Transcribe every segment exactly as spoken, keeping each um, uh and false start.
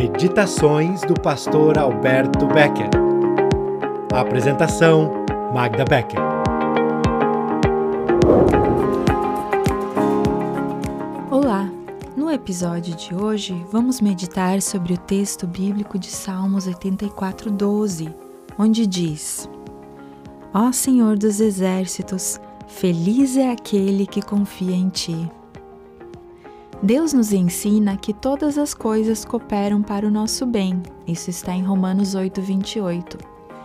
Meditações do pastor Alberto Becker. A apresentação, Magda Becker. Olá! No episódio de hoje, vamos meditar sobre o texto bíblico de Salmos oitenta e quatro, doze, onde diz: Ó Senhor dos Exércitos, feliz é aquele que confia em Ti. Deus nos ensina que todas as coisas cooperam para o nosso bem. Isso está em Romanos oito, vinte e oito.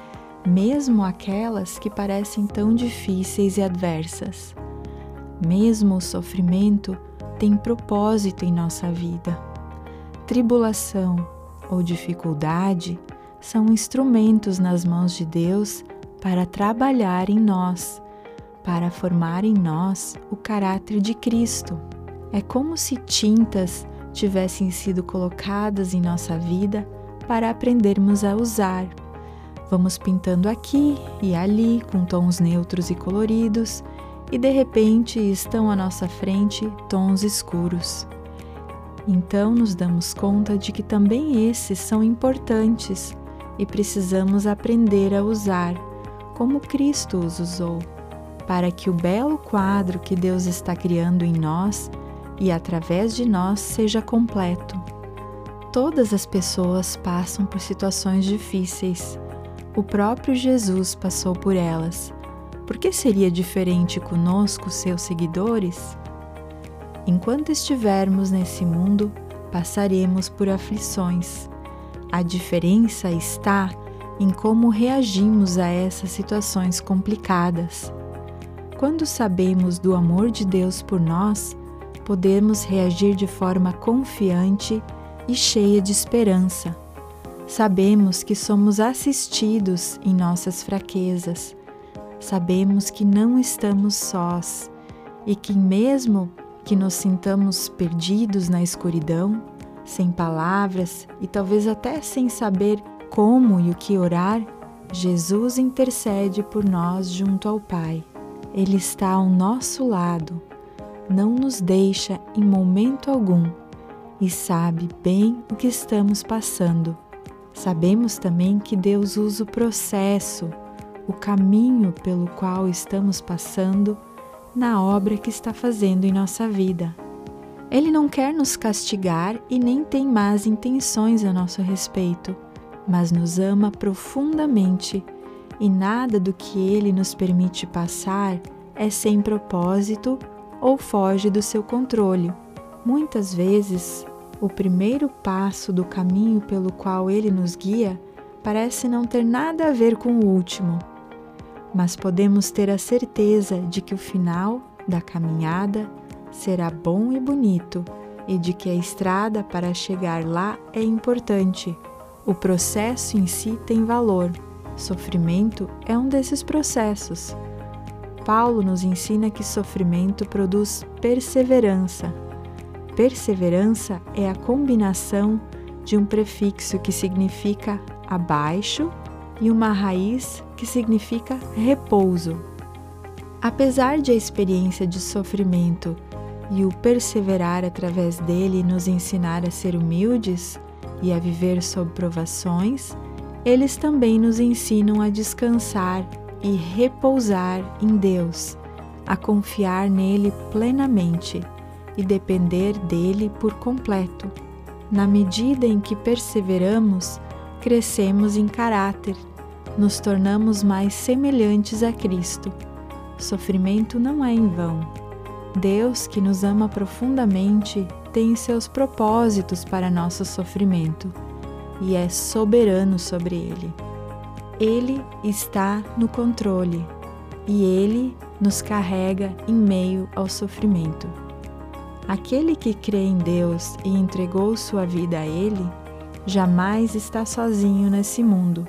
Mesmo aquelas que parecem tão difíceis e adversas. Mesmo o sofrimento tem propósito em nossa vida. Tribulação ou dificuldade são instrumentos nas mãos de Deus para trabalhar em nós, para formar em nós o caráter de Cristo. É como se tintas tivessem sido colocadas em nossa vida para aprendermos a usar. Vamos pintando aqui e ali com tons neutros e coloridos e de repente estão à nossa frente tons escuros. Então nos damos conta de que também esses são importantes e precisamos aprender a usar, como Cristo os usou, para que o belo quadro que Deus está criando em nós e através de nós seja completo. Todas as pessoas passam por situações difíceis. O próprio Jesus passou por elas. Por que seria diferente conosco, seus seguidores? Enquanto estivermos nesse mundo, passaremos por aflições. A diferença está em como reagimos a essas situações complicadas. Quando sabemos do amor de Deus por nós, podemos reagir de forma confiante e cheia de esperança. Sabemos que somos assistidos em nossas fraquezas. Sabemos que não estamos sós e que mesmo que nos sintamos perdidos na escuridão, sem palavras e talvez até sem saber como e o que orar, Jesus intercede por nós junto ao Pai. Ele está ao nosso lado, não nos deixa em momento algum e sabe bem o que estamos passando. Sabemos também que Deus usa o processo, o caminho pelo qual estamos passando na obra que está fazendo em nossa vida. Ele não quer nos castigar e nem tem más intenções a nosso respeito, mas nos ama profundamente e nada do que Ele nos permite passar é sem propósito ou foge do seu controle. Muitas vezes, o primeiro passo do caminho pelo qual Ele nos guia parece não ter nada a ver com o último, mas podemos ter a certeza de que o final da caminhada será bom e bonito e de que a estrada para chegar lá é importante. O processo em si tem valor. Sofrimento é um desses processos. Paulo nos ensina que sofrimento produz perseverança. Perseverança é a combinação de um prefixo que significa abaixo e uma raiz que significa repouso. Apesar de a experiência de sofrimento e o perseverar através dele nos ensinar a ser humildes e a viver sob provações, eles também nos ensinam a descansar e repousar em Deus, a confiar nele plenamente e depender dele por completo. Na medida em que perseveramos, crescemos em caráter, nos tornamos mais semelhantes a Cristo. Sofrimento não é em vão. Deus, que nos ama profundamente, tem seus propósitos para nosso sofrimento e é soberano sobre ele. Ele está no controle e Ele nos carrega em meio ao sofrimento. Aquele que crê em Deus e entregou sua vida a Ele, jamais está sozinho nesse mundo,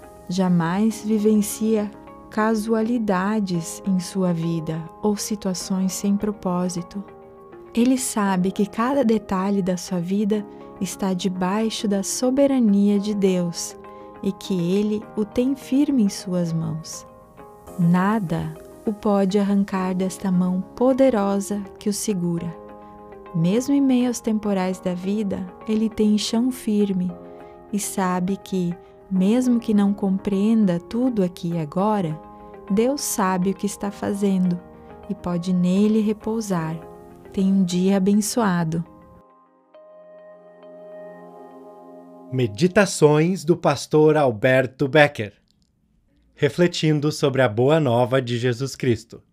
jamais vivencia casualidades em sua vida ou situações sem propósito. Ele sabe que cada detalhe da sua vida está debaixo da soberania de Deus e que Ele o tem firme em suas mãos. Nada o pode arrancar desta mão poderosa que o segura. Mesmo em meio aos temporais da vida, ele tem chão firme e sabe que, mesmo que não compreenda tudo aqui e agora, Deus sabe o que está fazendo e pode nele repousar. Tenha um dia abençoado. Meditações do pastor Alberto Becker, refletindo sobre a boa nova de Jesus Cristo.